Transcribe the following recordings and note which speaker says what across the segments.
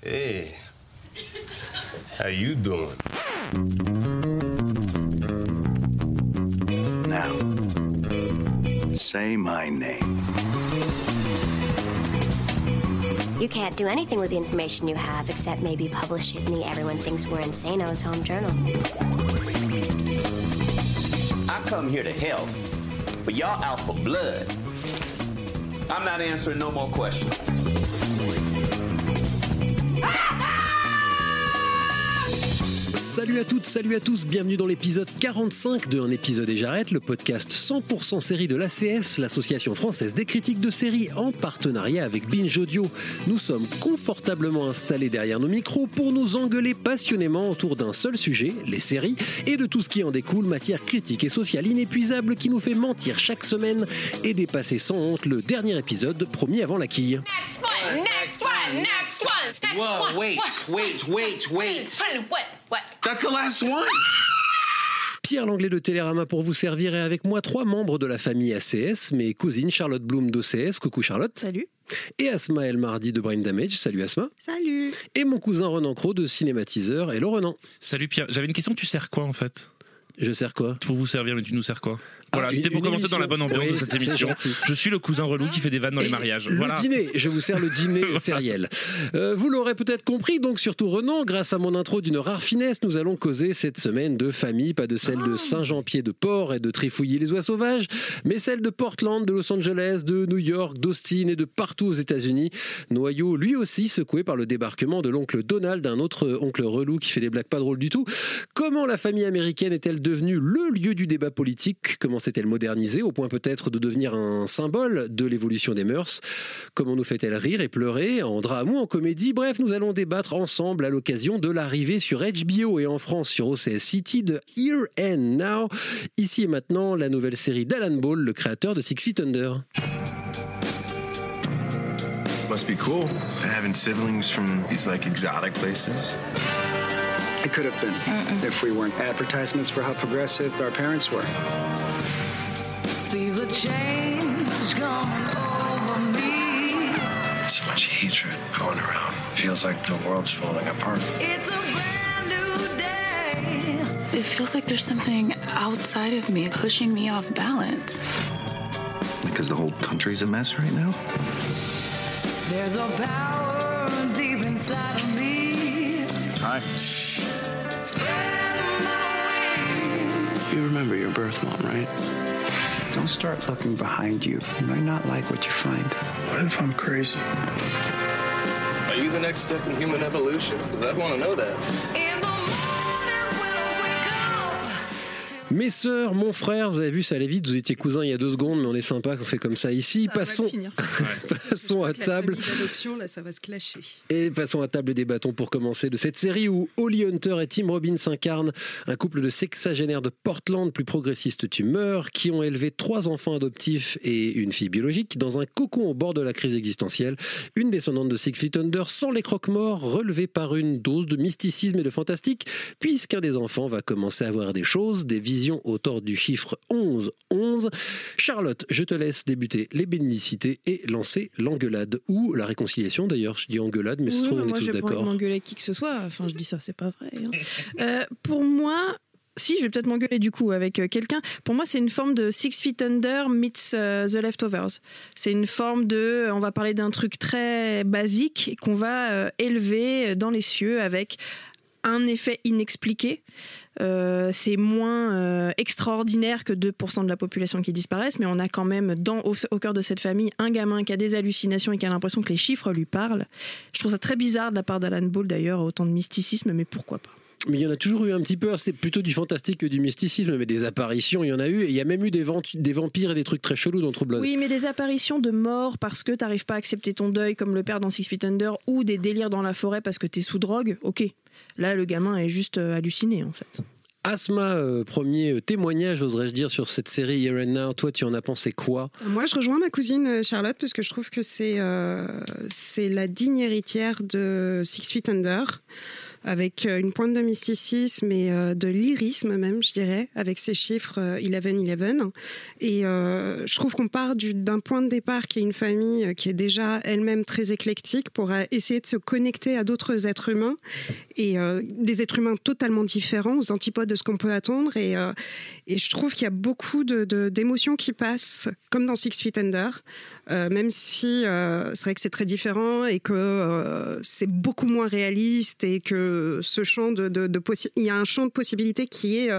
Speaker 1: Hey, how you doing?
Speaker 2: Now, say my name.
Speaker 3: You can't do anything with the information you have except maybe publish it in the Everyone Thinks We're Insano's home journal.
Speaker 4: I come here to help, but y'all out for blood. I'm not answering no more questions.
Speaker 5: Salut à toutes, salut à tous, bienvenue dans l'épisode 45 de Un épisode et j'arrête, le podcast 100% série de l'ACS, l'association française des critiques de séries, en partenariat avec Binge Audio. Nous sommes confortablement installés derrière nos micros pour nous engueuler passionnément autour d'un seul sujet, les séries, et de tout ce qui en découle, matière critique et sociale inépuisable qui nous fait mentir chaque semaine et dépasser sans honte le dernier épisode promis avant la quille.
Speaker 6: Next one.
Speaker 7: Whoa, wait.
Speaker 6: What?
Speaker 7: That's the last one.
Speaker 5: Pierre Langlais de Télérama pour vous servir et avec moi 3 membres de la famille ACS, mes cousines Charlotte Bloom d'OCS, coucou Charlotte.
Speaker 8: Salut.
Speaker 5: Et Asma El Mardi de Brain Damage, salut Asma.
Speaker 8: Salut.
Speaker 5: Et mon cousin Renan Cros de Cinématiseur, hello Renan.
Speaker 9: Salut Pierre, j'avais une question, tu sers quoi en fait?
Speaker 5: Je sers quoi?
Speaker 9: Pour vous servir, mais tu nous sers quoi? Voilà, c'était pour commencer dans la bonne ambiance de cette émission. Je suis le cousin relou qui fait des vannes dans les mariages.
Speaker 5: Le dîner, je vous sers le dîner sériel. Vous l'aurez peut-être compris, donc surtout Renan, grâce à mon intro d'une rare finesse, nous allons causer cette semaine de famille, pas de celle de Saint-Jean-Pied-de-Port et de Trifouilly-les-Oies-Sauvages, mais celle de Portland, de Los Angeles, de New York, d'Austin et de partout aux États-Unis. Noyau, lui aussi, secoué par le débarquement de l'oncle Donald, un autre oncle relou qui fait des blagues pas drôles du tout. Comment la famille américaine est-elle devenue le lieu du débat politique? Comment s'est-elle modernisée au point peut-être de devenir un symbole de l'évolution des mœurs? Comment nous fait-elle rire et pleurer en drame ou en comédie? Bref, nous allons débattre ensemble à l'occasion de l'arrivée sur HBO et en France sur OCS City de Here and Now. Ici et maintenant, la nouvelle série d'Alan Ball, le créateur de Six Feet Under.
Speaker 10: Must be cool having siblings from these like exotic places.
Speaker 11: It could have been if we weren't advertisements for how progressive our parents were.
Speaker 6: Feel the change coming over me.
Speaker 2: So much hatred going around. Feels like the world's falling apart.
Speaker 6: It's a brand new day.
Speaker 12: It feels like there's something outside of me pushing me off balance.
Speaker 2: Because the whole country's a mess right now.
Speaker 6: There's a power deep inside of me.
Speaker 2: Hi.
Speaker 6: Spread my wings.
Speaker 11: You remember your birth mom, right? Don't start looking behind you. You might not like what you find.
Speaker 10: What if I'm crazy?
Speaker 1: Are you the next step in human evolution? Because I'd want to know that.
Speaker 6: In the morning when I wake up.
Speaker 5: Mes sœurs, mon frère, vous avez vu, ça allait vite, vous étiez cousins il y a 2 secondes, mais on est sympa qu'on fait comme ça ici. Passons à table.
Speaker 8: Là, ça va se clasher.
Speaker 5: Et passons à table des bâtons pour commencer de cette série où Holly Hunter et Tim Robbins incarnent un couple de sexagénaires de Portland, plus progressistes tu meurs, qui ont élevé 3 enfants adoptifs et une fille biologique dans un cocon au bord de la crise existentielle. Une descendante de Six Feet Under sans les croque-morts, relevée par une dose de mysticisme et de fantastique, puisqu'un des enfants va commencer à voir des choses, des visions autour du chiffre 11-11. Charlotte, je te laisse débuter les bénicités et lancer l'engueulade ou la réconciliation. D'ailleurs, je dis engueulade, mais se trouve on est tous d'accord.
Speaker 8: Moi, je vais pas m'engueuler avec qui que ce soit. Enfin, je dis ça, c'est pas vrai. Pour moi, si, je vais peut-être m'engueuler du coup avec quelqu'un. Pour moi, c'est une forme de Six Feet Under meets The Leftovers. C'est une forme de... On va parler d'un truc très basique qu'on va élever dans les cieux avec un effet inexpliqué. C'est moins extraordinaire que 2% de la population qui disparaissent, mais on a quand même au cœur de cette famille un gamin qui a des hallucinations et qui a l'impression que les chiffres lui parlent. Je trouve ça très bizarre de la part d'Alan Ball d'ailleurs, autant de mysticisme, mais pourquoi pas.
Speaker 5: Mais il y en a toujours eu un petit peu, c'est plutôt du fantastique que du mysticisme, mais des apparitions, il y en a eu, et il y a même eu des vampires et des trucs très chelous dans True Blood.
Speaker 8: Oui, mais des apparitions de morts parce que t'arrives pas à accepter ton deuil comme le père dans Six Feet Under, ou des délires dans la forêt parce que t'es sous drogue, ok. Là, le gamin est juste halluciné en fait.
Speaker 5: Asma, premier témoignage, oserais-je dire, sur cette série Here and Now. Toi, tu en as pensé quoi?
Speaker 13: Moi, je rejoins ma cousine Charlotte parce que je trouve que c'est la digne héritière de Six Feet Under. avec une pointe de mysticisme et de lyrisme même, je dirais, avec ces chiffres 11-11. Et je trouve qu'on part d'un point de départ qui est une famille qui est déjà elle-même très éclectique pour essayer de se connecter à d'autres êtres humains et des êtres humains totalement différents, aux antipodes de ce qu'on peut attendre. Et je trouve qu'il y a beaucoup d'émotions qui passent, comme dans Six Feet Under, même si c'est vrai que c'est très différent et que c'est beaucoup moins réaliste et que ce champ il y a un champ de possibilités qui est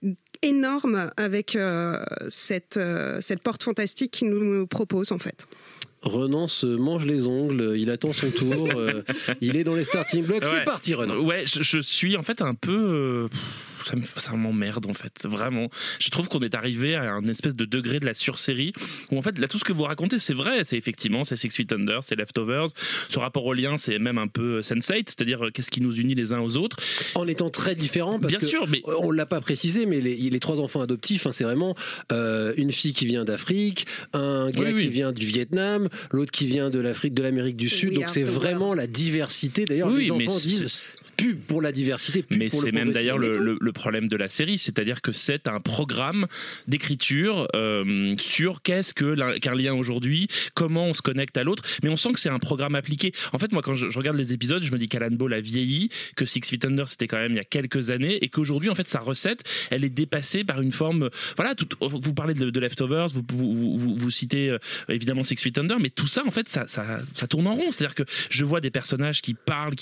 Speaker 13: énorme avec cette porte fantastique qu'il nous propose en fait.
Speaker 5: Renan se mange les ongles, il attend son tour, il est dans les starting blocks, c'est parti Renan.
Speaker 9: Ouais, je suis en fait un peu... ça m'emmerde en fait, vraiment. Je trouve qu'on est arrivé à un espèce de degré de la sursérie où en fait là tout ce que vous racontez c'est vrai, c'est effectivement c'est Six Feet Under, c'est Leftovers, ce rapport au lien c'est même un peu Sense8, c'est-à-dire qu'est-ce qui nous unit les uns aux autres.
Speaker 5: En étant très différents parce
Speaker 9: bien sûr, mais
Speaker 5: on l'a pas précisé, mais les trois enfants adoptifs, c'est vraiment une fille qui vient d'Afrique, un gars qui vient du Vietnam, l'autre qui vient de l'Afrique, de l'Amérique du Sud, donc c'est vraiment la diversité. D'ailleurs les enfants disent pub pour la diversité, pub
Speaker 9: mais
Speaker 5: pour
Speaker 9: c'est même d'ailleurs le problème de la série, c'est-à-dire que c'est un programme d'écriture sur qu'est-ce qu'un lien aujourd'hui, comment on se connecte à l'autre, mais on sent que c'est un programme appliqué. En fait, moi, quand je regarde les épisodes, je me dis qu'Alan Ball a vieilli, que Six Feet Under c'était quand même il y a quelques années, et qu'aujourd'hui, en fait, sa recette, elle est dépassée par une forme. Voilà, vous parlez de Leftovers, vous citez évidemment Six Feet Under, mais tout ça, en fait, ça tourne en rond. C'est-à-dire que je vois des personnages qui parlent,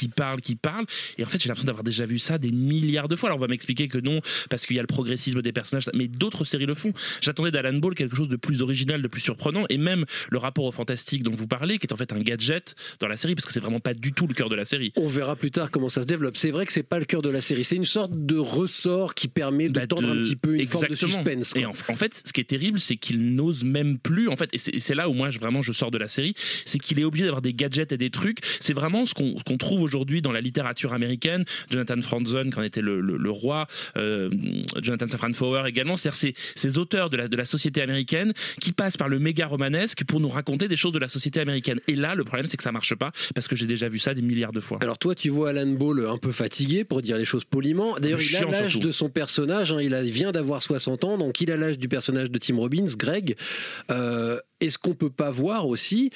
Speaker 9: et en fait, j'ai l'impression d'avoir déjà vu ça des milliards de fois. Alors, on va m'expliquer que non, parce qu'il y a le progressisme des personnages, mais d'autres séries le font. J'attendais d'Alan Ball quelque chose de plus original, de plus surprenant, et même le rapport au fantastique dont vous parlez, qui est en fait un gadget dans la série, parce que c'est vraiment pas du tout le cœur de la série.
Speaker 5: On verra plus tard comment ça se développe. C'est vrai que c'est pas le cœur de la série, c'est une sorte de ressort qui permet de tendre un petit peu une forme de suspense, quoi.
Speaker 9: Et en fait, ce qui est terrible, c'est qu'il n'ose même plus, en fait, et c'est là où moi je sors de la série, c'est qu'il est obligé d'avoir des gadgets et des trucs. C'est vraiment ce qu'on trouve aujourd'hui dans la littérature américaine. Jonathan Franzen, qui en était le roi, Jonathan Safran Foer également, c'est-à-dire ces auteurs de la société américaine qui passent par le méga romanesque pour nous raconter des choses de la société américaine. Et là, le problème, c'est que ça marche pas, parce que j'ai déjà vu ça des milliards de fois.
Speaker 5: Alors toi, tu vois Alan Ball un peu fatigué, pour dire les choses poliment. D'ailleurs, il a l'âge de son personnage, il vient d'avoir 60 ans, donc il a l'âge du personnage de Tim Robbins, Greg. Est-ce qu'on peut pas voir aussi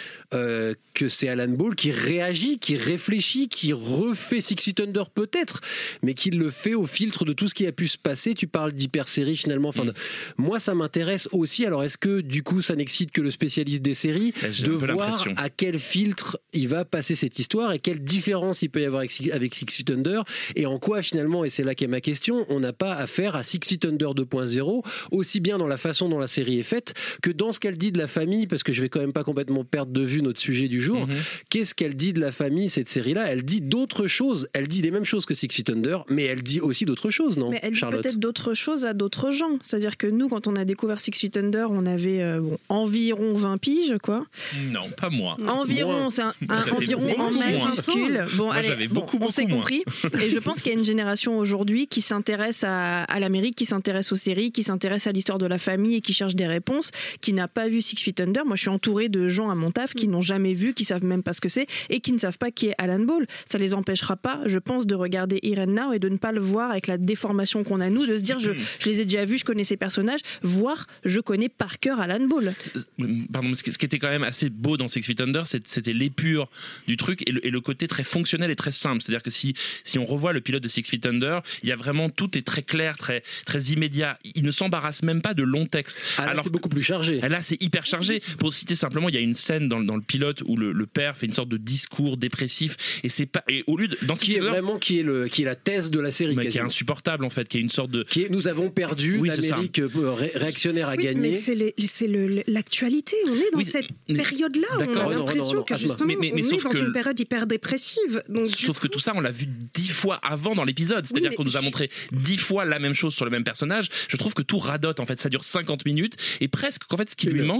Speaker 5: que c'est Alan Ball qui réagit, qui réfléchit, qui refait Six Feet Under peut-être, mais qui le fait au filtre de tout ce qui a pu se passer? Tu parles d'hyper-série finalement. Moi, ça m'intéresse aussi. Alors, est-ce que du coup, ça n'excite que le spécialiste des séries de voir à quel filtre il va passer cette histoire et quelle différence il peut y avoir avec Six Feet Under, et en quoi finalement, et c'est là qu'est ma question, on n'a pas affaire à Six Feet Under 2.0, aussi bien dans la façon dont la série est faite que dans ce qu'elle dit de la famille, parce que je vais quand même pas complètement perdre de vue notre sujet du jour. Qu'est-ce qu'elle dit de la famille, cette série-là? Elle dit d'autres choses. Elle dit les mêmes choses que Six Feet Under, mais elle dit aussi d'autres choses, non,
Speaker 8: mais elle dit
Speaker 5: Charlotte?
Speaker 8: Peut-être d'autres choses à d'autres gens. C'est-à-dire que nous, quand on a découvert Six Feet Under, on avait environ 20 piges, quoi.
Speaker 9: Non, pas moi.
Speaker 8: Environ, c'est environ en majuscule. Bon,
Speaker 9: moi,
Speaker 8: allez,
Speaker 9: j'avais beaucoup
Speaker 8: on s'est compris. Et je pense qu'il y a une génération aujourd'hui qui s'intéresse à l'Amérique, qui s'intéresse aux séries, qui s'intéresse à l'histoire de la famille et qui cherche des réponses, qui n'a pas vu Six Feet Under. Moi, je suis entourée de gens à mon taf qui n'ont jamais vu, qui savent même pas ce que c'est et qui ne savent pas qui est Alan Ball. Ça les empêchera pas, je pense, de regarder Here and Now et de ne pas le voir avec la déformation qu'on a nous, de se dire je les ai déjà vus, je connais ces personnages, voire je connais par cœur Alan Ball.
Speaker 9: Pardon, ce qui était quand même assez beau dans Six Feet Under, c'était l'épure du truc et le côté très fonctionnel et très simple. C'est-à-dire que si on revoit le pilote de Six Feet Under, il y a vraiment, tout est très clair, très, très immédiat. Il ne s'embarrasse même pas de longs textes.
Speaker 5: Alors c'est beaucoup plus chargé.
Speaker 9: Là, c'est hyper chargé. Pour citer simplement, il y a une scène dans le pilote où le père fait une sorte de discours dépressif et c'est pas, et au lieu de, dans
Speaker 5: qui est vraiment qui est la thèse de la série,
Speaker 9: qui est insupportable en fait, qui est une sorte de
Speaker 5: nous avons perdu, l'Amérique réactionnaire a gagné.
Speaker 13: Mais c'est l'actualité. On est dans cette période-là. On a l'impression que justement on est dans une période hyper dépressive. Donc,
Speaker 9: sauf que tout ça, on l'a vu 10 fois avant dans l'épisode. C'est-à-dire qu'on nous a montré 10 fois la même chose sur le même personnage. Je trouve que tout radote en fait. Ça dure 50 minutes et presque qu'en fait ce qui lui manque,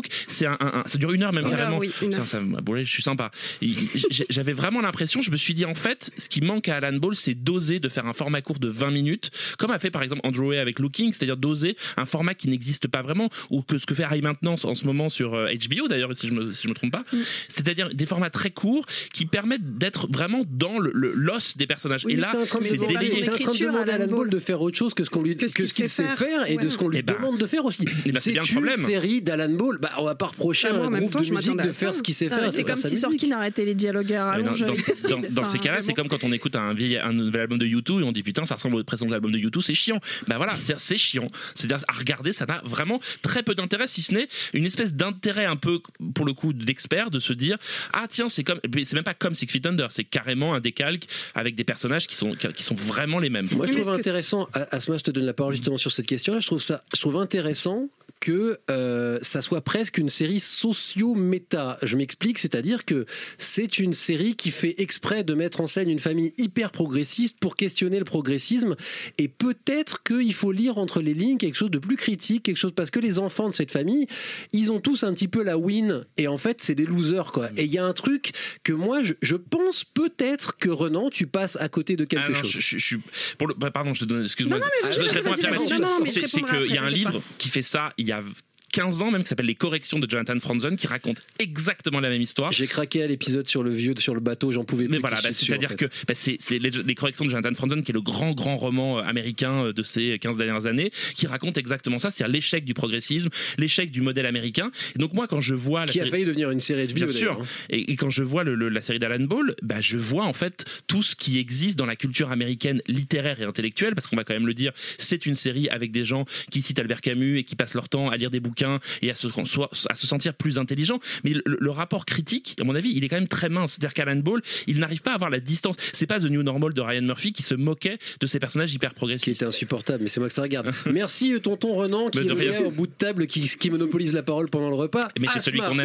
Speaker 9: ça dure 1 heure même carrément.
Speaker 13: Oui, une heure.
Speaker 9: Ça je suis sympa. J'avais vraiment l'impression, je me suis dit en fait, ce qui manque à Alan Ball, c'est d'oser de faire un format court de 20 minutes, comme a fait par exemple Andrew Way avec Looking, c'est-à-dire d'oser un format qui n'existe pas vraiment, ou que ce que fait High Maintenance en ce moment sur HBO d'ailleurs, si je me trompe pas, c'est-à-dire des formats très courts qui permettent d'être vraiment dans l'os des personnages.
Speaker 5: Oui,
Speaker 9: et là,
Speaker 5: c'est délayé. T'es en train de demander à Alan Ball de faire autre chose que ce qu'il sait faire et de ce qu'on lui demande de faire aussi.
Speaker 9: C'est bien le
Speaker 5: une
Speaker 9: problème.
Speaker 5: Série d'Alan Ball, on va pas reprocher à un groupe de musique de faire ce qu'il sait faire.
Speaker 8: C'est comme si Sorkin arrêtait les dialogues à rallonge.
Speaker 9: Dans ces cas-là, c'est comme quand on écoute un nouvel album de U2 et on dit putain, ça ressemble aux précédents albums de U2, c'est chiant. Voilà, c'est chiant. C'est-à-dire à regarder, ça n'a vraiment très peu d'intérêt, si ce n'est une espèce d'intérêt un peu, pour le coup, d'expert, de se dire ah tiens, c'est même pas comme Six Feet Under, c'est carrément un décalque avec des personnages qui sont vraiment les mêmes.
Speaker 5: Moi, je trouve intéressant, Asma, je te donne la parole justement sur cette question-là, je trouve intéressant que ça soit presque une série socio-méta. Je m'explique, c'est-à-dire que c'est une série qui fait exprès de mettre en scène une famille hyper progressiste pour questionner le progressisme, et peut-être qu'il faut lire entre les lignes quelque chose de plus critique, quelque chose, parce que les enfants de cette famille, ils ont tous un petit peu la win, et en fait c'est des losers quoi. Et il y a un truc que moi je pense peut-être que Renan, tu passes à côté de quelque chose.
Speaker 9: Je suis pardon, je te donne, excuse-moi.
Speaker 13: Non,
Speaker 9: je réponds affirmativement. C'est qu'il y a un livre qui fait ça il y a 15 ans même, qui s'appelle Les Corrections de Jonathan Franzen, qui raconte exactement la même histoire.
Speaker 5: J'ai craqué à l'épisode sur le bateau, j'en pouvais plus.
Speaker 9: Mais voilà, c'est-à-dire que c'est les Corrections de Jonathan Franzen, qui est le grand roman américain de ces 15 dernières années, qui raconte exactement ça, c'est-à-dire l'échec du progressisme, l'échec du modèle américain. Et donc moi, quand je vois
Speaker 5: qui a failli devenir une série HBO,
Speaker 9: bien sûr, et quand je vois la série d'Alan Ball, je vois en fait tout ce qui existe dans la culture américaine littéraire et intellectuelle, parce qu'on va quand même le dire, c'est une série avec des gens qui citent Albert Camus et qui passent leur temps à lire des bouquins et à se sentir plus intelligent. Mais le rapport critique, à mon avis, il est quand même très mince. C'est-à-dire qu'Alan Ball, il n'arrive pas à avoir la distance. C'est pas The New Normal de Ryan Murphy qui se moquait de ces personnages hyper progressistes. Qui
Speaker 5: était insupportable, mais c'est moi que ça regarde. Merci tonton Renan, qui est le gars au bout de table qui monopolise la parole pendant le repas.
Speaker 9: Mais c'est celui qu'on aime.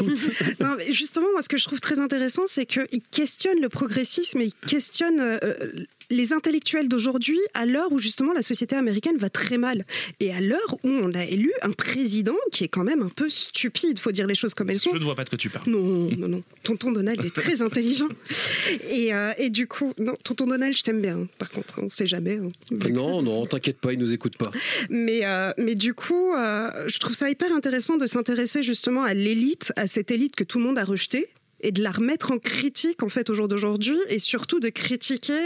Speaker 13: Non, mais justement, moi, ce que je trouve très intéressant, c'est qu'il questionne le progressisme et il questionne les intellectuels d'aujourd'hui à l'heure où justement la société américaine va très mal, et à l'heure où on a élu un président qui est quand même un peu stupide, faut dire les choses comme elles sont.
Speaker 9: Je ne vois pas de quoi tu parles.
Speaker 13: Non, tonton Donald est très intelligent, et du coup, non, tonton Donald, je t'aime bien, par contre, on sait jamais.
Speaker 5: Non, t'inquiète pas, il nous écoute pas.
Speaker 13: Mais du coup, je trouve ça hyper intéressant de s'intéresser justement à l'élite, à cette élite que tout le monde a rejetée, et de la remettre en critique en fait au jour d'aujourd'hui, et surtout de critiquer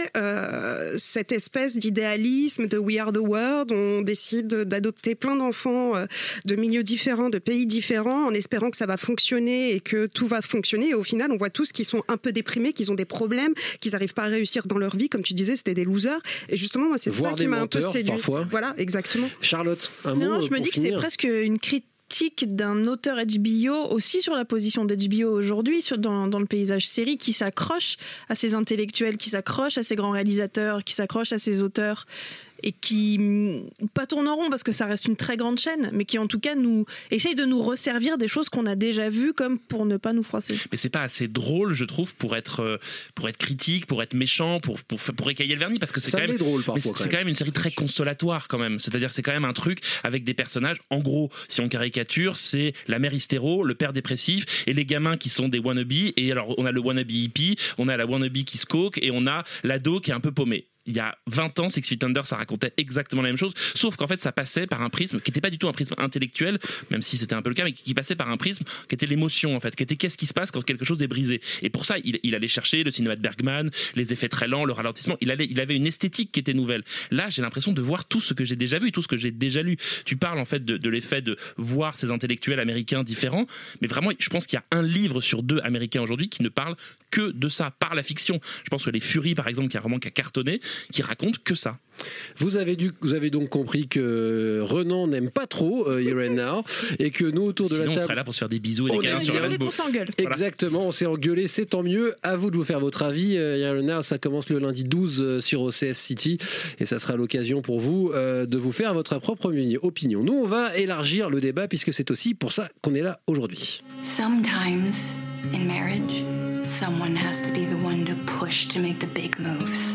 Speaker 13: cette espèce d'idéalisme de We Are the World. On décide d'adopter plein d'enfants de milieux différents, de pays différents, en espérant que ça va fonctionner et que tout va fonctionner, et au final on voit tous qu'ils sont un peu déprimés, qu'ils ont des problèmes, qu'ils n'arrivent pas à réussir dans leur vie, comme tu disais, c'était des losers, et justement moi c'est ça qui m'a un peu séduit.
Speaker 5: Parfois.
Speaker 13: Voilà, exactement.
Speaker 5: Charlotte, un mot.
Speaker 8: Non, je me dis que c'est presque une critique d'un auteur HBO aussi sur la position d'HBO aujourd'hui dans le paysage série, qui s'accroche à ses intellectuels, qui s'accroche à ses grands réalisateurs, qui s'accroche à ses auteurs, et qui, pas tourne en rond parce que ça reste une très grande chaîne, mais qui en tout cas essaye de nous resservir des choses qu'on a déjà vues, comme pour ne pas nous froisser.
Speaker 9: Mais c'est pas assez drôle, je trouve, pour être critique, pour être méchant, pour écailler le vernis, parce que c'est quand même
Speaker 5: drôle parfois.
Speaker 9: C'est quand même une série très consolatoire quand même. C'est-à-dire c'est quand même un truc avec des personnages. En gros, si on caricature, c'est la mère hystéro, le père dépressif et les gamins qui sont des wannabes. Et alors on a le wannabe hippie, on a la wannabe qui se coke et on a l'ado qui est un peu paumé. Il y a 20 ans, Six Feet Under, ça racontait exactement la même chose, sauf qu'en fait, ça passait par un prisme qui n'était pas du tout un prisme intellectuel, même si c'était un peu le cas, mais qui passait par un prisme qui était l'émotion, en fait, qui était qu'est-ce qui se passe quand quelque chose est brisé. Et pour ça, il allait chercher le cinéma de Bergman, les effets très lents, le ralentissement. Il avait une esthétique qui était nouvelle. Là, j'ai l'impression de voir tout ce que j'ai déjà vu, tout ce que j'ai déjà lu. Tu parles, en fait, de l'effet de voir ces intellectuels américains différents, mais vraiment, je pense qu'il y a un livre sur 2 américains aujourd'hui qui ne parle que de ça, par la fiction. Je pense que Les Furies, par exemple, qui est un roman qui a cartonné, qui raconte que ça.
Speaker 5: Vous avez donc compris que Renan n'aime pas trop Here and Now, et que nous autour de la table,
Speaker 9: on serait là pour se faire des bisous et des câlins sur Alan Ball.
Speaker 5: Exactement, on s'est engueulé, c'est tant mieux. À vous de vous faire votre avis. Here and Now, ça commence le lundi 12 sur OCS City, et ça sera l'occasion pour vous de vous faire votre propre opinion. Nous, on va élargir le débat, puisque c'est aussi pour ça qu'on est là aujourd'hui.
Speaker 12: Sometimes in marriage, someone has to be the one to push to make the big moves.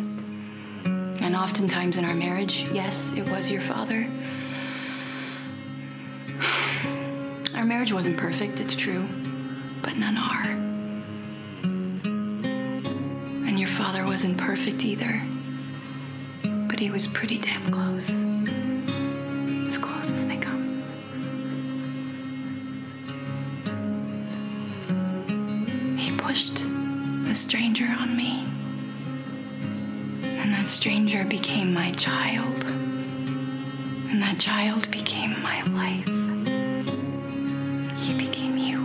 Speaker 12: And oftentimes in our marriage, yes, it was your father. I Our marriage wasn't perfect, it's true, but none are. And your father wasn't perfect either, but he was pretty damn close. As close as they come. He pushed a stranger on me. And that stranger became my child. And that child became my life. He became you.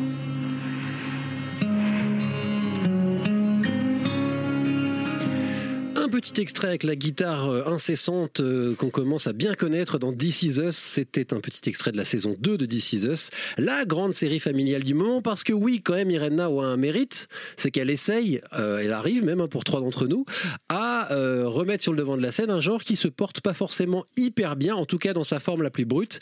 Speaker 5: Un petit extrait avec la guitare incessante qu'on commence à bien connaître dans This Is Us. C'était un petit extrait de la saison 2 de This Is Us, la grande série familiale du moment, parce que oui, quand même, Irena a un mérite, c'est qu'elle essaye, elle arrive même pour 3 d'entre nous, à remettre sur le devant de la scène un genre qui se porte pas forcément hyper bien, en tout cas dans sa forme la plus brute.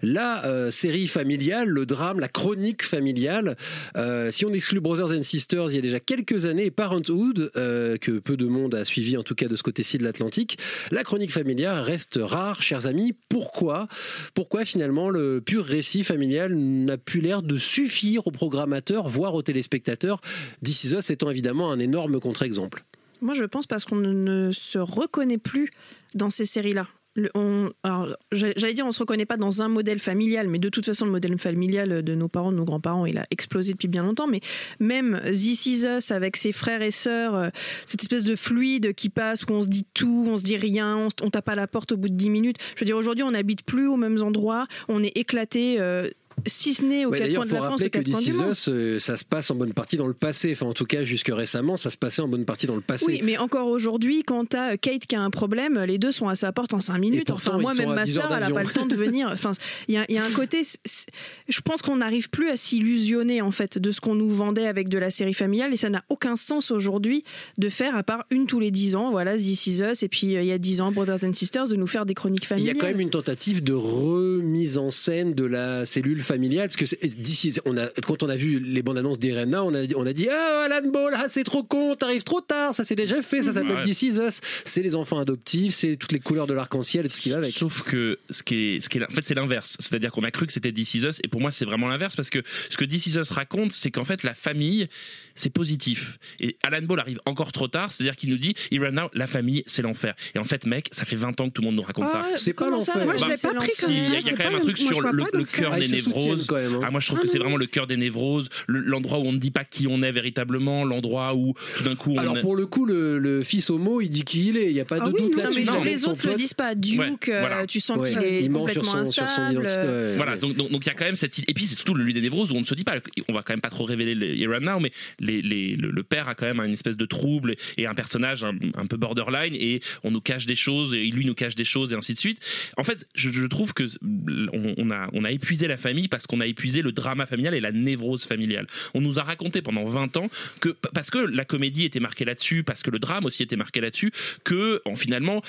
Speaker 5: La série familiale, le drame, la chronique familiale, si on exclut Brothers and Sisters il y a déjà quelques années, et Parenthood, que peu de monde a suivi en tout cas de ce côté-ci de l'Atlantique, la chronique familiale reste rare, chers amis. Pourquoi finalement le pur récit familial n'a plus l'air de suffire aux programmateurs, voire aux téléspectateurs, This Is Us étant évidemment un énorme contre-exemple?
Speaker 8: Moi, je pense parce qu'on ne se reconnaît plus dans ces séries-là. Alors, j'allais dire, on ne se reconnaît pas dans un modèle familial, mais de toute façon, le modèle familial de nos parents, de nos grands-parents, il a explosé depuis bien longtemps. Mais même This Is Us avec ses frères et sœurs, cette espèce de fluide qui passe, où on se dit tout, on se dit rien, on tape à la porte au bout de 10 minutes. Je veux dire, aujourd'hui, on n'habite plus aux mêmes endroits, on est éclaté. Si ce n'est aux quatre coins de la France, aux quatre coins du monde.
Speaker 5: This Is Us, ça se passe en bonne partie dans le passé. Enfin, en tout cas, jusque récemment, ça se passait en bonne partie dans le passé.
Speaker 8: Oui, mais encore aujourd'hui, quand t'as Kate qui a un problème, les deux sont à sa porte en 5 minutes. Enfin, moi, même ma sœur, elle n'a pas le temps de venir. Enfin, il y a un côté. Je pense qu'on n'arrive plus à s'illusionner en fait de ce qu'on nous vendait avec de la série familiale, et ça n'a aucun sens aujourd'hui de faire, à part une tous les 10 ans, voilà, This Is Us, et puis il y a 10 ans, Brothers and Sisters, de nous faire des chroniques familiales.
Speaker 5: Il y a quand même une tentative de remise en scène de la cellule familiale, parce que quand on a vu les bandes annonces d'Irena, on a dit Alan Ball, c'est trop con, t'arrives trop tard, ça c'est déjà fait, ça s'appelle This Is Us, c'est les enfants adoptifs, c'est toutes les couleurs de l'arc-en-ciel et tout ce qui va avec.
Speaker 9: Sauf que en fait c'est l'inverse, c'est-à-dire qu'on a cru que c'était This Is Us, et pour moi c'est vraiment l'inverse, parce que ce que This Is Us raconte, c'est qu'en fait la famille c'est positif, et Alan Ball arrive encore trop tard, c'est-à-dire qu'il nous dit Irena, la famille c'est l'enfer, et en fait mec, ça fait 20 ans que tout le monde nous raconte ça.
Speaker 5: C'est pas l'enfer.
Speaker 13: Moi je l'ai pas pris comme ça.
Speaker 9: Il y a quand même un truc sur le cœur des névroses. Moi je trouve que c'est vraiment le cœur des névroses, l'endroit où on ne dit pas qui on est véritablement, l'endroit où tout d'un coup
Speaker 5: alors pour le coup le fils homo il dit qui il est, il n'y a pas de doute là-dessus.
Speaker 8: Non, mais les autres le disent pas. Duke, tu sens qu'il est complètement instable.
Speaker 5: Sur son identité,
Speaker 9: voilà, donc il y a quand même cette idée, et puis c'est surtout le lieu des névroses où on ne se dit pas, on va quand même pas trop révéler les Right Now, mais le père a quand même une espèce de trouble et un personnage un peu borderline, et on nous cache des choses et lui nous cache des choses et ainsi de suite. En fait je trouve que on a épuisé la famille parce qu'on a épuisé le drama familial et la névrose familiale. On nous a raconté pendant 20 ans que, parce que la comédie était marquée là-dessus, parce que le drame aussi était marqué là-dessus, que finalement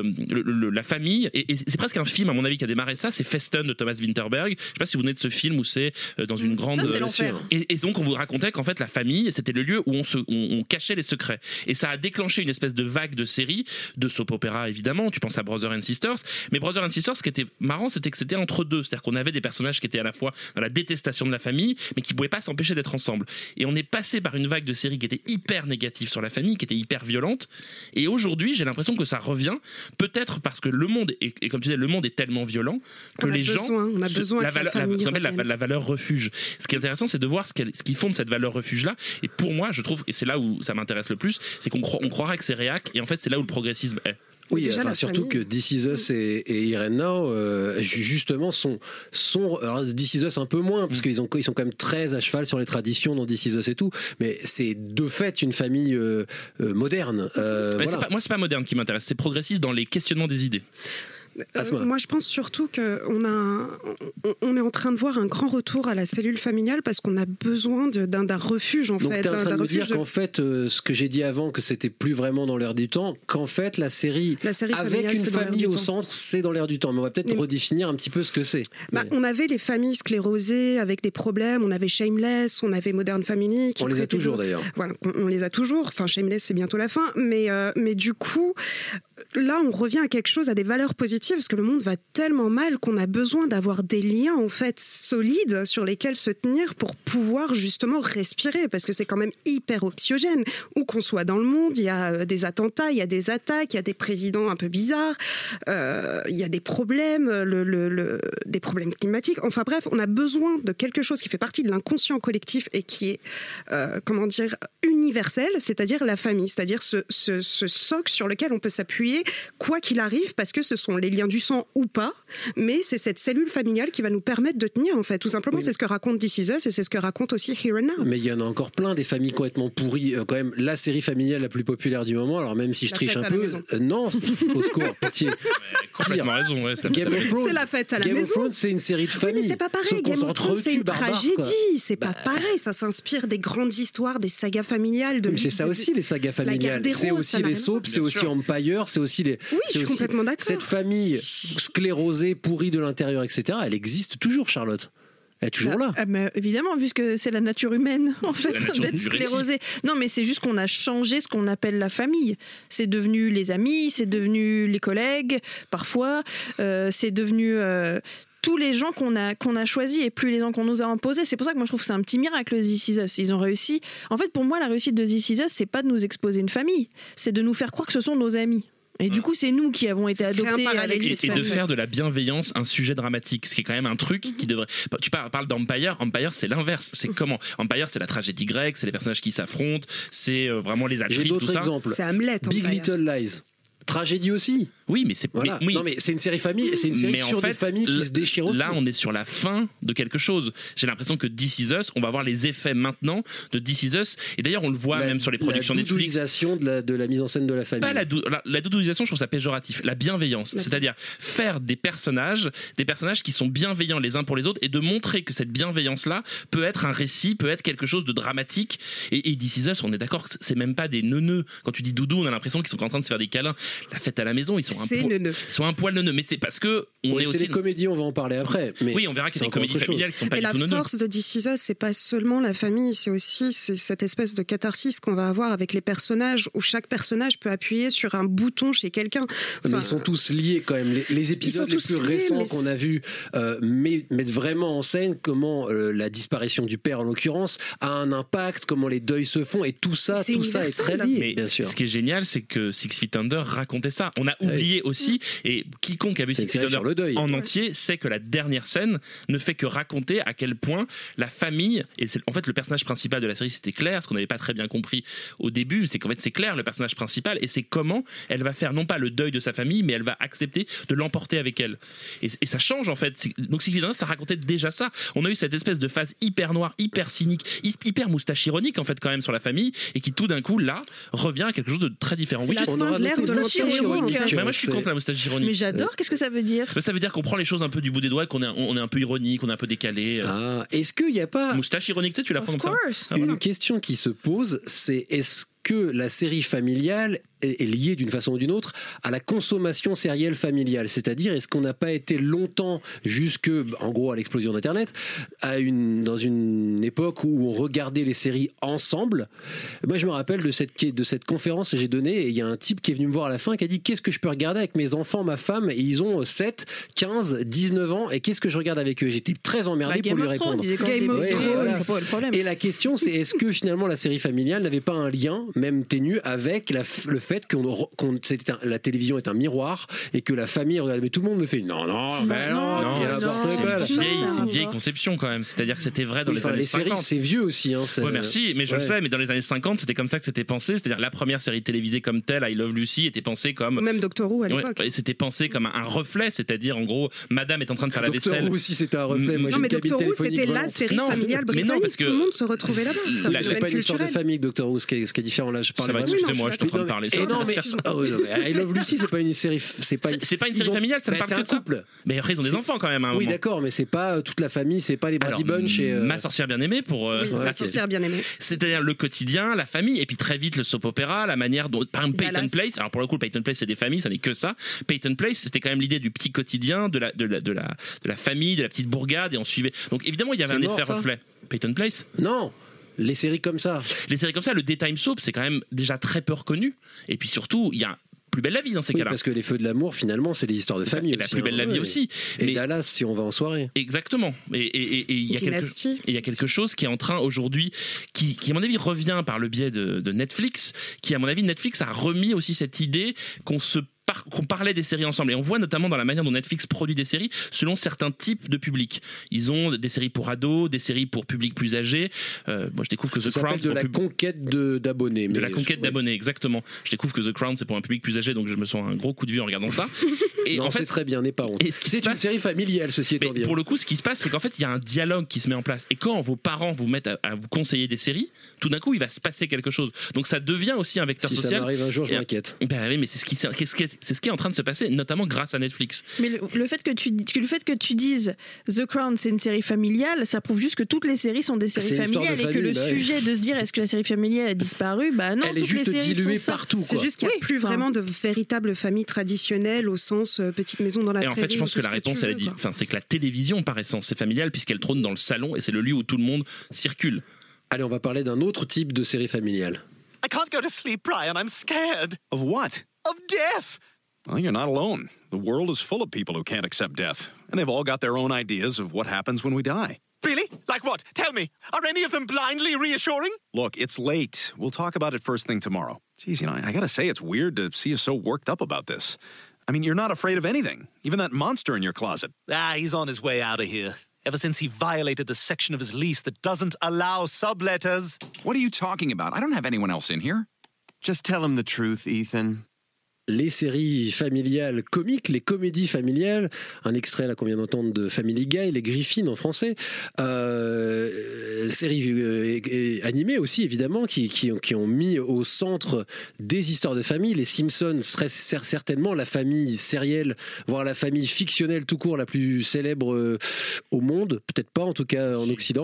Speaker 9: la famille, et c'est presque un film à mon avis qui a démarré ça, c'est Festen de Thomas Vinterberg. Je sais pas si vous venez de ce film où c'est dans une grande...
Speaker 8: Ça, c'est l'enfer.
Speaker 9: Et donc on vous racontait qu'en fait la famille c'était le lieu où on cachait les secrets, et ça a déclenché une espèce de vague de séries, de soap opéra évidemment, tu penses à Brothers and Sisters, mais Brothers and Sisters, ce qui était marrant c'était que c'était entre deux, c'est-à-dire qu'on avait des personnages qui étaient à la fois dans la détestation de la famille mais qui pouvaient pas s'empêcher d'être ensemble, et on est passé par une vague de séries qui était hyper négative sur la famille, qui était hyper violente, et aujourd'hui j'ai l'impression que ça revient, peut-être parce que le monde et comme tu disais, le monde est tellement violent que les gens
Speaker 13: on a besoin
Speaker 9: la valeur refuge. Ce qui est intéressant, c'est de voir ce qui fonde cette valeur refuge là, et pour moi je trouve, et c'est là où ça m'intéresse le plus, c'est qu'on croirait que c'est réac, et en fait c'est là où le progressisme est.
Speaker 5: Oui, enfin, surtout que This Is Us et Irene Now, justement, sont alors This Is Us un peu moins, parce qu'ils sont quand même très à cheval sur les traditions dans This Is Us et tout, mais c'est de fait une famille moderne. Voilà.
Speaker 9: Moi, c'est pas moderne qui m'intéresse, c'est progressiste dans les questionnements des idées.
Speaker 13: Moi, je pense surtout qu'on on est en train de voir un grand retour à la cellule familiale parce qu'on a besoin d'un refuge, en fait.
Speaker 5: Donc, t'es en train de me dire qu'en fait, ce que j'ai dit avant, que c'était plus vraiment dans l'air du temps, qu'en fait, la série avec une famille au centre, c'est dans l'air du temps. Mais on va peut-être redéfinir un petit peu ce que c'est.
Speaker 13: On avait les familles sclérosées avec des problèmes, on avait Shameless, on avait Modern Family.
Speaker 5: On les a toujours, d'ailleurs.
Speaker 13: Voilà, on les a toujours. Enfin, Shameless, c'est bientôt la fin. Mais du coup... là, on revient à quelque chose, à des valeurs positives, parce que le monde va tellement mal qu'on a besoin d'avoir des liens en fait solides sur lesquels se tenir pour pouvoir justement respirer, parce que c'est quand même hyper anxiogène. Où qu'on soit dans le monde, il y a des attentats, il y a des attaques, il y a des présidents un peu bizarres, il y a des problèmes, des problèmes climatiques. Enfin bref, on a besoin de quelque chose qui fait partie de l'inconscient collectif et qui est, universel, c'est-à-dire la famille, c'est-à-dire ce socle sur lequel on peut s'appuyer quoi qu'il arrive, parce que ce sont les liens du sang ou pas, mais c'est cette cellule familiale qui va nous permettre de tenir, en fait, tout simplement. Oui. C'est ce que raconte This Is Us et c'est ce que raconte aussi Here and Now.
Speaker 5: Mais il y en a encore plein, des familles complètement pourries. Quand même, la série familiale la plus populaire du moment, alors même si je triche un peu, non, au secours, pitié.
Speaker 9: Complètement raison, ouais,
Speaker 13: c'est la fête à la
Speaker 5: Game
Speaker 13: maison.
Speaker 5: of Thrones, c'est une série de famille.
Speaker 13: Mais c'est pas pareil, Game of Thrones, c'est une tragédie, c'est pas pareil, ça s'inspire des grandes histoires, des sagas familiales.
Speaker 5: Mais c'est ça aussi, les sagas familiales. C'est aussi les soaps, c'est aussi Empire, c'est aussi les.
Speaker 13: Oui, je suis complètement d'accord.
Speaker 5: Cette famille sclérosée, pourrie de l'intérieur, etc., elle existe toujours, Charlotte. Elle est toujours là.
Speaker 8: Mais évidemment, puisque c'est la nature humaine, en fait, d'être sclérosée. Non, mais c'est juste qu'on a changé ce qu'on appelle la famille. C'est devenu les amis, c'est devenu les collègues, parfois. C'est devenu... tous les gens qu'on a choisis et plus les gens qu'on nous a imposés. C'est pour ça que moi je trouve que c'est un petit miracle, This Is Us. Ils ont réussi. En fait, pour moi, la réussite de This Is Us, c'est pas de nous exposer une famille, c'est de nous faire croire que ce sont nos amis. Et du coup, c'est nous qui avons été adoptés avec ces
Speaker 9: et de faire de la bienveillance un sujet dramatique, ce qui est quand même un truc qui devrait. Tu parles d'Empire. Empire, c'est l'inverse. C'est comment Empire, c'est la tragédie grecque, c'est les personnages qui s'affrontent, c'est vraiment les attrites, tout ça.
Speaker 5: J'ai d'autres exemples.
Speaker 13: C'est Hamlet.
Speaker 5: Big Little Lies. Tragédie aussi.
Speaker 9: Oui, mais c'est
Speaker 5: voilà.
Speaker 9: oui.
Speaker 5: Non, mais c'est une série famille, c'est une série sur des familles qui se déchirent aussi.
Speaker 9: Là, on est sur la fin de quelque chose. J'ai l'impression que This Is Us, on va voir les effets maintenant de This Is Us. Et d'ailleurs, on le voit même sur les productions Netflix.
Speaker 5: La doudouisation de la mise en scène de la famille.
Speaker 9: Pas la doudouisation, je trouve ça péjoratif. La bienveillance, c'est-à-dire faire des personnages qui sont bienveillants les uns pour les autres et de montrer que cette bienveillance-là peut être un récit, peut être quelque chose de dramatique. Et This Is Us, on est d'accord que c'est même pas des neuneux. Quand tu dis doudou, on a l'impression qu'ils sont en train de se faire des câlins. La fête à la maison, ils sont un poil neuneux, mais c'est parce que
Speaker 5: c'est
Speaker 9: aussi
Speaker 5: des comédies, on va en parler après. Mais
Speaker 9: oui, on verra que c'est des comédies familiales qui sont pas du tout neuneux.
Speaker 13: Et la force de This Is Us, c'est pas seulement la famille, c'est aussi cette espèce de catharsis qu'on va avoir avec les personnages, où chaque personnage peut appuyer sur un bouton chez quelqu'un.
Speaker 5: Mais ils sont tous liés quand même. Les épisodes les plus récents qu'on a vus mettent vraiment en scène comment la disparition du père, en l'occurrence, a un impact, comment les deuils se font, et tout ça est très lié.
Speaker 9: Mais
Speaker 5: bien sûr.
Speaker 9: Ce qui est génial, c'est que Six Feet Under racontait ça. On a oublié aussi, et quiconque a vu Six Feet Under en entier sait que la dernière scène ne fait que raconter à quel point la famille, et en fait le personnage principal de la série, c'était Claire, ce qu'on n'avait pas très bien compris au début, c'est qu'en fait c'est Claire le personnage principal, et c'est comment elle va faire non pas le deuil de sa famille, mais elle va accepter de l'emporter avec elle. Et ça change en fait. Donc Six Feet Under, ça racontait déjà ça. On a eu cette espèce de phase hyper noire, hyper cynique, hyper moustache ironique en fait quand même sur la famille, et qui tout d'un coup là revient à quelque chose de très différent.
Speaker 13: Oui, on aura l'ère de
Speaker 8: moustache ironique.
Speaker 9: Moi je suis contre la moustache ironique.
Speaker 8: Mais j'adore, qu'est-ce que ça veut dire?
Speaker 9: Ça veut dire qu'on prend les choses un peu du bout des doigts, qu'on est un peu ironique, qu'on est un peu décalé.
Speaker 5: Est-ce qu'il n'y a pas...
Speaker 9: Moustache ironique, tu la prends comme ça.
Speaker 5: Une question qui se pose, c'est est-ce que la série familiale est liée d'une façon ou d'une autre à la consommation sérielle familiale, c'est-à-dire est-ce qu'on n'a pas été longtemps jusque, en gros, à l'explosion d'Internet, dans une époque où on regardait les séries ensemble. Moi, je me rappelle de cette conférence que j'ai donnée, et il y a un type qui est venu me voir à la fin qui a dit qu'est-ce que je peux regarder avec mes enfants, ma femme, et ils ont 7, 15, 19 ans, et qu'est-ce que je regarde avec eux? J'étais très emmerdé pour lui répondre.
Speaker 8: Game of Thrones, c'est pas le problème.
Speaker 5: Et la question, c'est est-ce que finalement la série familiale n'avait pas un lien, même ténu, avec le fait que la télévision est un miroir et que la famille regarde, mais tout le monde me fait non,
Speaker 9: c'est une vieille conception quand même, c'est-à-dire que c'était vrai dans les années 50.
Speaker 5: Les séries, c'est vieux aussi.
Speaker 9: Ouais, merci, mais je le sais, mais dans les années 50, c'était comme ça que c'était pensé, c'est-à-dire la première série télévisée comme telle, I Love Lucy, était pensée comme...
Speaker 13: Même Doctor Who à l'époque.
Speaker 9: C'était pensé comme un reflet, c'est-à-dire en gros, madame est en train de faire la vaisselle.
Speaker 5: Doctor Who aussi, c'était un reflet.
Speaker 13: Non, mais Doctor Who, c'était la série familiale britannique, tout le monde se retrouvait là-bas.
Speaker 5: C'est pas une histoire de famille, Doctor Who, ce qui est différent là. Je parle
Speaker 9: vraiment. Excusez-moi, je suis en train de parler.
Speaker 5: I Love Lucy, c'est pas une série. C'est pas une
Speaker 9: série familiale, ça ne parle que de ça. Mais après, ils ont des enfants quand même.
Speaker 5: Oui, d'accord, mais c'est pas toute la famille, c'est pas les Brady Bunch.
Speaker 9: Ma sorcière bien aimée pour.
Speaker 13: Ma sorcière bien aimée.
Speaker 9: C'est-à-dire le quotidien, la famille, et puis très vite le soap opéra, la manière dont. Par exemple, Peyton Place. Alors pour le coup, Peyton Place, c'est des familles, ça n'est que ça. Peyton Place, c'était quand même l'idée du petit quotidien, de la famille, de la petite bourgade, et on suivait. Donc évidemment, il y avait un effet reflet. Peyton Place.
Speaker 5: Non. Les séries comme ça,
Speaker 9: le daytime soap, c'est quand même déjà très peu reconnu. Et puis surtout, il y a Plus belle la vie dans ces
Speaker 5: Oui,
Speaker 9: cas-là.
Speaker 5: parce que les feux de l'amour, finalement, c'est des histoires de famille.
Speaker 9: Et la
Speaker 5: aussi,
Speaker 9: plus belle la vie
Speaker 5: Oui.
Speaker 9: aussi.
Speaker 5: Et
Speaker 9: Mais-
Speaker 5: Dallas, si on va en soirée.
Speaker 9: Exactement. Et il y a quelque chose qui est en train aujourd'hui, qui à mon avis revient par le biais de Netflix, qui à mon avis Netflix a remis aussi cette idée qu'on parlait des séries ensemble. Et on voit notamment dans la manière dont Netflix produit des séries selon certains types de publics. Ils ont des séries pour ados, des séries pour public plus âgé. Moi, je découvre que
Speaker 5: Ça
Speaker 9: The Crown...
Speaker 5: s'appelle de la conquête d'abonnés.
Speaker 9: De
Speaker 5: mais-
Speaker 9: la conquête
Speaker 5: oui.
Speaker 9: d'abonnés, exactement. Je découvre que The Crown, c'est pour un public plus âgé, donc je me sens un gros coup de vieux en regardant ça. Et
Speaker 5: Non,
Speaker 9: en fait,
Speaker 5: c'est très bien, n'est pas honte.
Speaker 9: et ce qui se
Speaker 5: C'est une
Speaker 9: passe-
Speaker 5: série familiale, ceci étant dit.
Speaker 9: pour le coup, ce qui se passe, c'est qu'en fait, il y a un dialogue qui se met en place. Et quand vos parents vous mettent à vous conseiller des séries, tout d'un coup, il va se passer quelque chose. Donc ça devient aussi un vecteur
Speaker 5: Si ça
Speaker 9: social.
Speaker 5: m'arrive un jour, je
Speaker 9: Et-
Speaker 5: m'inquiète.
Speaker 9: Ben oui, mais c'est ce qui est en train de se passer, notamment grâce à Netflix.
Speaker 8: Mais le fait que tu dises The Crown, c'est une série familiale, ça prouve juste que toutes les séries sont des séries
Speaker 5: C'est une histoire de
Speaker 8: familiales et que
Speaker 5: famille,
Speaker 8: le
Speaker 5: bah oui.
Speaker 8: sujet de se dire est-ce que la série familiale a disparu, bah non,
Speaker 5: Elle est
Speaker 8: toutes
Speaker 5: juste
Speaker 8: les séries
Speaker 5: diluée
Speaker 8: font ça.
Speaker 5: partout,
Speaker 13: C'est
Speaker 5: quoi.
Speaker 13: juste qu'il n'y a
Speaker 8: Oui,
Speaker 13: plus
Speaker 8: enfin.
Speaker 13: vraiment de véritable famille traditionnelle au sens petite maison dans la
Speaker 9: Et en
Speaker 13: prairie.
Speaker 9: fait, je pense
Speaker 13: ou
Speaker 9: que
Speaker 13: tout
Speaker 9: la
Speaker 13: ce
Speaker 9: réponse,
Speaker 13: tu
Speaker 9: elle est
Speaker 13: veux,
Speaker 9: dit,
Speaker 13: quoi.
Speaker 9: enfin, c'est que la télévision, par essence, c'est familial puisqu'elle trône dans le salon et c'est le lieu où tout le monde circule.
Speaker 5: Allez, on va parler d'un autre type de série familiale.
Speaker 7: I can't go to sleep, Brian. I'm scared.
Speaker 14: Of what?
Speaker 7: Of death.
Speaker 14: Well, you're not alone. The world is full of people who can't accept death, and they've all got their own ideas of what happens when we die.
Speaker 7: Really? Like what? Tell me. Are any of them blindly reassuring?
Speaker 14: Look, it's late. We'll talk about it first thing tomorrow. Geez, I gotta say, it's weird to see you so worked up about this. I mean, you're not afraid of anything, even that monster in your closet.
Speaker 7: Ah, he's on his way out of here. Ever since he violated the section of his lease that doesn't allow subletters.
Speaker 15: What are you talking about? I don't have anyone else in here.
Speaker 11: Just tell him the truth, Ethan.
Speaker 5: Les séries familiales comiques, les comédies familiales, un extrait là qu'on vient d'entendre de Family Guy, les Griffins en français, séries animées aussi évidemment qui ont mis au centre des histoires de famille. Les Simpsons seraient certainement la famille sérielle, voire la famille fictionnelle tout court la plus célèbre au monde, peut-être pas en tout cas en Occident.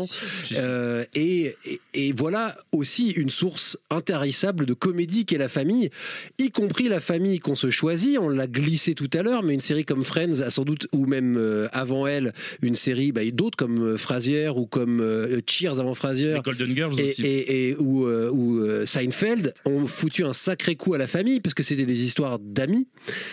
Speaker 5: Et voilà aussi une source intarissable de comédie qu'est la famille, y compris la famille qu'on se choisit. On l'a glissé tout à l'heure, mais une série comme Friends a sans doute, ou même avant elle, une série, d'autres comme Frasier ou comme Cheers avant Frasier,
Speaker 9: Les Golden Girls aussi.
Speaker 5: ou Seinfeld ont foutu un sacré coup à la famille parce que c'était des histoires d'amis.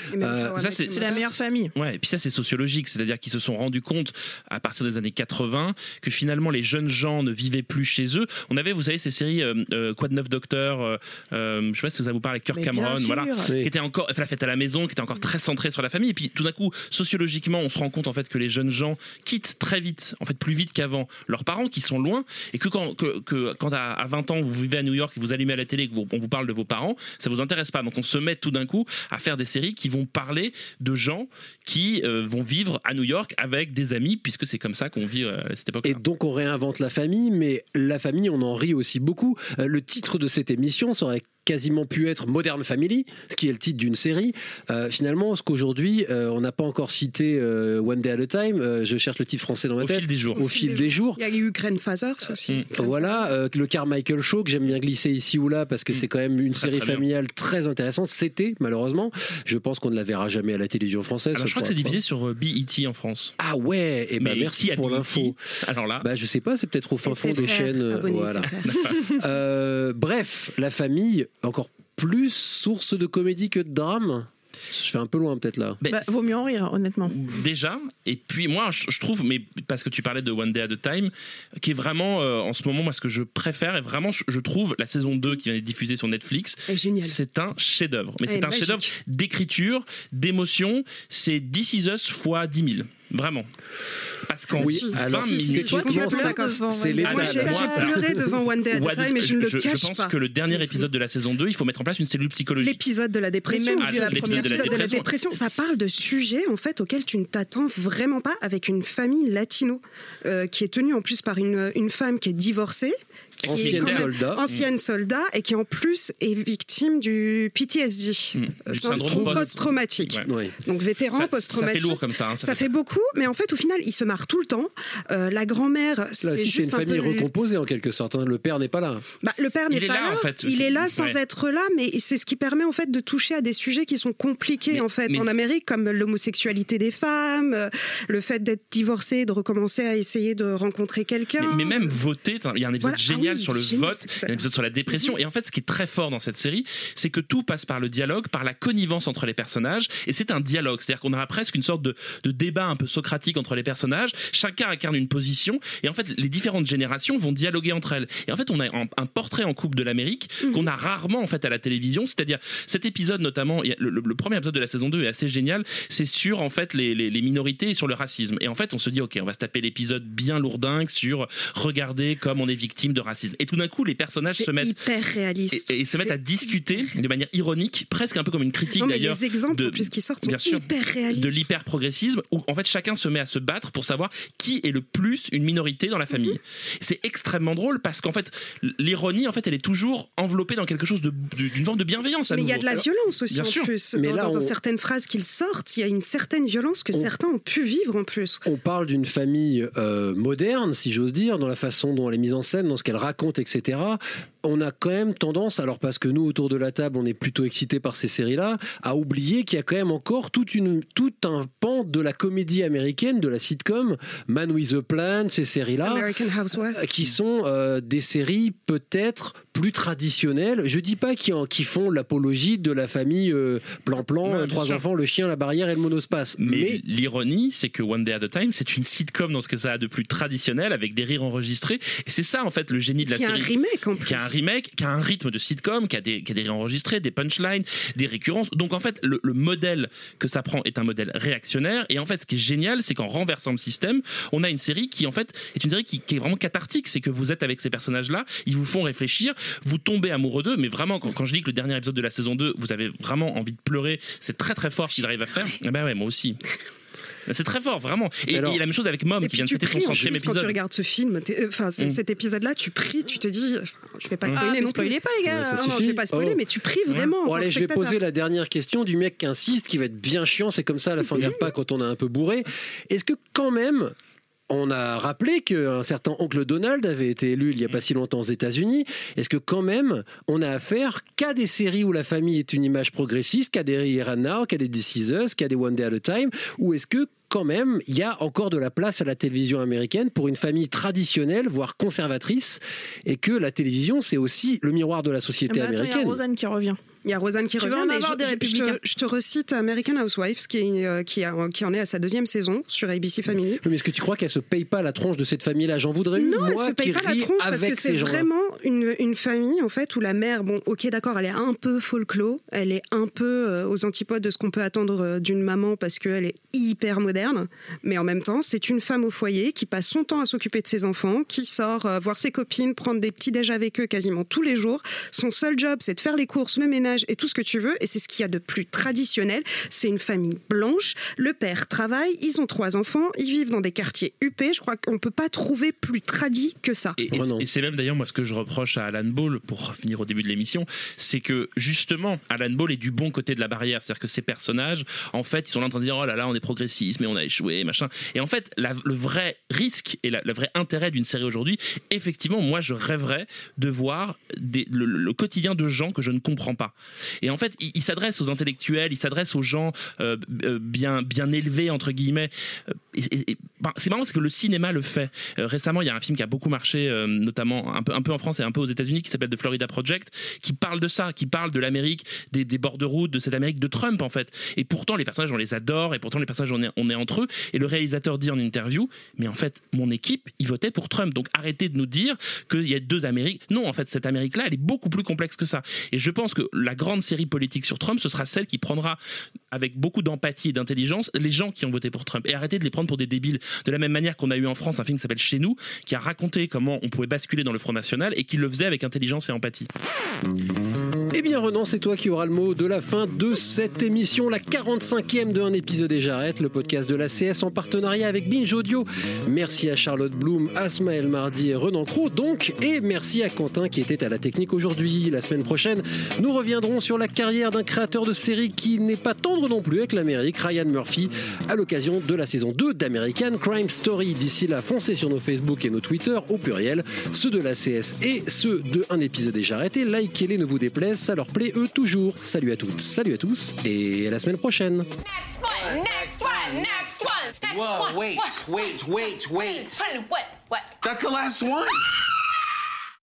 Speaker 9: Ça,
Speaker 8: C'est la meilleure famille.
Speaker 9: Ouais, et puis ça c'est sociologique, c'est-à-dire qu'ils se sont rendus compte à partir des années 80 que finalement les jeunes gens ne vivaient plus chez eux. On avait, vous savez, ces séries Quoi de neuf docteur, je sais pas si ça vous parle, avec Kirk
Speaker 8: Mais bien
Speaker 9: Cameron,
Speaker 8: sûr.
Speaker 9: voilà,
Speaker 5: Oui.
Speaker 9: qui était encore La fête à la maison, qui était encore très centré sur la famille. Et puis tout d'un coup, sociologiquement, on se rend compte en fait que les jeunes gens quittent très vite, en fait plus vite qu'avant, leurs parents qui sont loin, et que quand à 20 ans vous vivez à New York et vous allumez à la télé et qu'on vous parle de vos parents, ça vous intéresse pas. Donc on se met tout d'un coup à faire des séries qui vont parler de gens qui vont vivre à New York avec des amis, puisque c'est comme ça qu'on vit à cette époque-là.
Speaker 5: Et donc on réinvente la famille, mais la famille, on en rit aussi beaucoup. Le titre de cette émission serait quasiment pu être Modern Family, ce qui est le titre d'une série. Finalement, ce qu'aujourd'hui, on n'a pas encore cité One Day at a Time, je cherche le titre français dans ma tête.
Speaker 9: Au fil des jours.
Speaker 5: Au fil des jours.
Speaker 13: Il y a eu Grandfathers aussi.
Speaker 5: Voilà, le Carmichael Show que j'aime bien glisser ici ou là parce que c'est quand même une série
Speaker 9: très bien.
Speaker 5: familiale très intéressante. C'était malheureusement, je pense qu'on ne la verra jamais à la télévision française.
Speaker 9: Alors je crois que c'est diffusé sur BET en France.
Speaker 5: Ah ouais, et
Speaker 9: Mais
Speaker 5: merci
Speaker 9: qui a
Speaker 5: pour
Speaker 9: BET?
Speaker 5: l'info.
Speaker 9: Alors là,
Speaker 5: Je sais pas, c'est peut-être au fin
Speaker 13: Et
Speaker 5: fond
Speaker 13: ses
Speaker 5: des
Speaker 13: frères,
Speaker 5: chaînes.
Speaker 13: abonnés,
Speaker 5: Voilà.
Speaker 13: ses frères.
Speaker 5: Bref, la famille, encore plus source de comédie que de drame. Je fais un peu loin peut-être là.
Speaker 8: Vaut mieux en rire, honnêtement.
Speaker 9: déjà, et puis moi je trouve, mais parce que tu parlais de One Day at a Time, qui est vraiment en ce moment, moi ce que je préfère, et vraiment je trouve la saison 2 qui vient d'être diffusée sur Netflix, c'est un chef-d'œuvre. Mais
Speaker 13: Elle
Speaker 9: c'est
Speaker 13: est
Speaker 9: un chef-d'œuvre
Speaker 13: magique.
Speaker 9: d'écriture, d'émotion, c'est This Is Us fois 10 000. Vraiment. Parce qu'en
Speaker 5: Oui,
Speaker 9: 20
Speaker 5: alors,
Speaker 9: minutes,
Speaker 13: Toi, tu pleures devant
Speaker 5: c'est
Speaker 13: One
Speaker 5: les
Speaker 13: Day at a Time. Moi, j'ai pleuré devant One Day at a Time, mais je ne le
Speaker 9: je
Speaker 13: cache
Speaker 9: pense
Speaker 13: pas.
Speaker 9: que le dernier épisode de la saison 2, il faut mettre en place une cellule psychologique.
Speaker 13: L'épisode de la dépression,
Speaker 8: Mais même
Speaker 9: Ah, l'épisode de la dépression.
Speaker 13: ça parle de sujets en fait auxquels tu ne t'attends vraiment pas, avec une famille latino qui est tenue en plus par une femme qui est divorcée. Qui
Speaker 5: Ancienne
Speaker 13: est quand même
Speaker 5: soldat.
Speaker 13: ancienne soldat et qui en plus est victime du PTSD,
Speaker 9: du syndrome
Speaker 13: post-traumatique.
Speaker 9: Ouais.
Speaker 13: Donc vétéran
Speaker 9: Ça
Speaker 13: post-traumatique.
Speaker 9: fait lourd comme ça. Hein,
Speaker 13: Ça fait beaucoup, mais en fait au final il se marre tout le temps. La grand-mère,
Speaker 5: Là
Speaker 13: c'est
Speaker 5: aussi, c'est
Speaker 13: juste
Speaker 5: une
Speaker 13: un
Speaker 5: famille
Speaker 13: peu...
Speaker 5: recomposée en quelque sorte. Le père n'est pas là.
Speaker 13: Le père n'est
Speaker 9: Il est
Speaker 13: pas
Speaker 9: là,
Speaker 13: là,
Speaker 9: en fait.
Speaker 13: il est là sans
Speaker 9: Ouais.
Speaker 13: être là, mais c'est ce qui permet en fait de toucher à des sujets qui sont compliqués en fait en Amérique, comme l'homosexualité des femmes, le fait d'être divorcé, de recommencer à essayer de rencontrer quelqu'un.
Speaker 9: Mais même voter, il y a un épisode
Speaker 13: Voilà.
Speaker 9: génial génial sur le vote, il y a un épisode sur la dépression. Et en fait, ce qui est très fort dans cette série, c'est que tout passe par le dialogue, par la connivence entre les personnages. Et c'est un dialogue, c'est-à-dire qu'on aura presque une sorte de débat un peu socratique entre les personnages. Chacun incarne une position. Et en fait, les différentes générations vont dialoguer entre elles. Et en fait, on a un portrait en couple de l'Amérique qu'on a rarement en fait à la télévision. C'est-à-dire cet épisode notamment, le premier épisode de la saison 2 est assez génial. C'est sur en fait les minorités et sur le racisme. Et en fait, on se dit ok, on va se taper l'épisode bien lourdingue sur regarder comme on est victime de racisme. Et tout d'un coup, les personnages se mettent
Speaker 13: hyper réaliste
Speaker 9: et se mettent à discuter de manière ironique, presque un peu comme une critique d'ailleurs.
Speaker 13: Les exemples en plus qui sortent sont hyper réalistes.
Speaker 9: De l'hyper-progressisme où en fait chacun se met à se battre pour savoir qui est le plus une minorité dans la famille. C'est extrêmement drôle parce qu'en fait l'ironie en fait elle est toujours enveloppée dans quelque chose d'une forme de bienveillance à
Speaker 13: mais il y a de la violence aussi
Speaker 9: bien
Speaker 13: en
Speaker 9: sûr.
Speaker 13: plus.
Speaker 5: Mais
Speaker 13: dans certaines phrases qu'ils sortent, il y a une certaine violence que certains ont pu vivre en plus.
Speaker 5: On parle d'une famille moderne, si j'ose dire, dans la façon dont elle est mise en scène, dans ce qu'elle raconte, etc. On a quand même tendance, alors parce que nous autour de la table on est plutôt excités par ces séries-là, à oublier qu'il y a quand même encore tout un pan de la comédie américaine, de la sitcom, Man with a Plan, ces séries-là,
Speaker 13: American Housewife,
Speaker 5: qui sont des séries peut-être plus traditionnelles. Je dis pas qui font l'apologie de la famille plan-plan, 3 enfants, le chien, la barrière et le monospace.
Speaker 9: Mais l'ironie, c'est que One Day at a Time, c'est une sitcom dans ce que ça a de plus traditionnel, avec des rires enregistrés. Et c'est ça en fait le génie de la série.
Speaker 13: Qui a un remake en plus.
Speaker 9: Qui a un rythme de sitcom, qui a des rires enregistrés, des punchlines, des récurrences. Donc en fait, le modèle que ça prend est un modèle réactionnaire. Et en fait, ce qui est génial, c'est qu'en renversant le système, on a une série qui en fait est une série qui est vraiment cathartique. C'est que vous êtes avec ces personnages-là, ils vous font réfléchir, vous tombez amoureux d'eux. Mais vraiment, quand je dis que le dernier épisode de la saison 2, vous avez vraiment envie de pleurer, c'est très très fort ce qu'il arrive à faire. Eh ben ouais, moi aussi. C'est très fort, vraiment. Et la même chose avec Mom, qui vient de fêter son 100e épisode.
Speaker 13: Quand tu regardes ce film, cet épisode-là, tu pries, tu te dis, je vais pas spoiler non plus.
Speaker 8: Spoilez pas, les gars.
Speaker 13: Non, je vais pas spoiler, mais tu pries vraiment.
Speaker 5: Bon, allez, je vais poser la dernière question du mec qui insiste, qui va être bien chiant. C'est comme ça à la fin des repas quand on est un peu bourré. Est-ce que quand même, on a rappelé qu'un certain oncle Donald avait été élu il n'y a pas si longtemps aux États-Unis. Est-ce que quand même, on a affaire qu'à des séries où la famille est une image progressiste, qu'à des Here and Now, qu'à des This Is Us, qu'à des One Day at a Time, ou est-ce que quand même, il y a encore de la place à la télévision américaine pour une famille traditionnelle, voire conservatrice, et que la télévision, c'est aussi le miroir de la société américaine.
Speaker 8: Il y a Roseanne qui revient.
Speaker 13: Il y a Roseanne qui revient, mais je te recite American Housewives qui en est à sa 2e saison sur ABC Family.
Speaker 5: Mais est-ce que tu crois qu'elle se paye pas la tronche de cette famille-là? J'en voudrais une, moi,
Speaker 13: elle se paye
Speaker 5: qui
Speaker 13: pas la
Speaker 5: rit
Speaker 13: tronche parce
Speaker 5: avec
Speaker 13: que c'est
Speaker 5: ces gens-là.
Speaker 13: vraiment une famille en fait où la mère, bon, ok, d'accord, elle est un peu folklore, elle est un peu aux antipodes de ce qu'on peut attendre d'une maman parce qu'elle est hyper moderne, mais en même temps, c'est une femme au foyer qui passe son temps à s'occuper de ses enfants, qui sort voir ses copines, prendre des petits déj avec eux quasiment tous les jours. Son seul job, c'est de faire les courses, le ménage et tout ce que tu veux. Et c'est ce qu'il y a de plus traditionnel. C'est une famille blanche. Le père travaille. Ils ont 3 enfants. Ils vivent dans des quartiers huppés. Je crois qu'on ne peut pas trouver plus tradit que ça.
Speaker 9: Et c'est même d'ailleurs moi ce que je reproche à Alan Ball, pour finir au début de l'émission, c'est que justement Alan Ball est du bon côté de la barrière. C'est-à-dire que ces personnages, en fait, ils sont là en train de dire oh là là, on est progressiste, mais on a échoué, machin. Et en fait, le vrai risque et le vrai intérêt d'une série aujourd'hui, effectivement, moi je rêverais de voir le quotidien de gens que je ne comprends pas. Et en fait, il s'adresse aux intellectuels, il s'adresse aux gens bien élevés entre guillemets. C'est marrant, c'est que le cinéma le fait. Récemment, il y a un film qui a beaucoup marché, notamment un peu en France et un peu aux États-Unis, qui s'appelle The Florida Project, qui parle de ça, qui parle de l'Amérique, des bords de route, de cette Amérique de Trump en fait. Et pourtant, les personnages, on les adore, et pourtant les personnages, on est entre eux. Et le réalisateur dit en interview, mais en fait, mon équipe, ils votaient pour Trump. Donc arrêtez de nous dire qu'il y a 2 Amériques. Non, en fait, cette Amérique-là, elle est beaucoup plus complexe que ça. Et je pense que la grande série politique sur Trump, ce sera celle qui prendra avec beaucoup d'empathie et d'intelligence les gens qui ont voté pour Trump, et arrêter de les prendre pour des débiles. De la même manière qu'on a eu en France un film qui s'appelle Chez nous, qui a raconté comment on pouvait basculer dans le Front National et qui le faisait avec intelligence et empathie.
Speaker 5: Eh bien Renan, c'est toi qui auras le mot de la fin de cette émission, la 45e de Un épisode et j'arrête, le podcast de la CS en partenariat avec Binge Audio. Merci à Charlotte Bloom, Asmaël Mardi et Renan Cros donc, et merci à Quentin qui était à la technique aujourd'hui. La semaine prochaine, nous reviendrons sur la carrière d'un créateur de série qui n'est pas tendre non plus avec l'Amérique, Ryan Murphy, à l'occasion de la saison 2 d'American Crime Story. D'ici là, foncez sur nos Facebook et nos Twitter au pluriel, ceux de la CS et ceux de Un épisode et j'arrête, et likez-les, ne vous déplaise, ça leur plaît eux toujours. Salut à toutes, salut à tous, et à la semaine prochaine.
Speaker 6: Next one.
Speaker 16: Whoa, wait.
Speaker 6: What?
Speaker 16: That's the last one.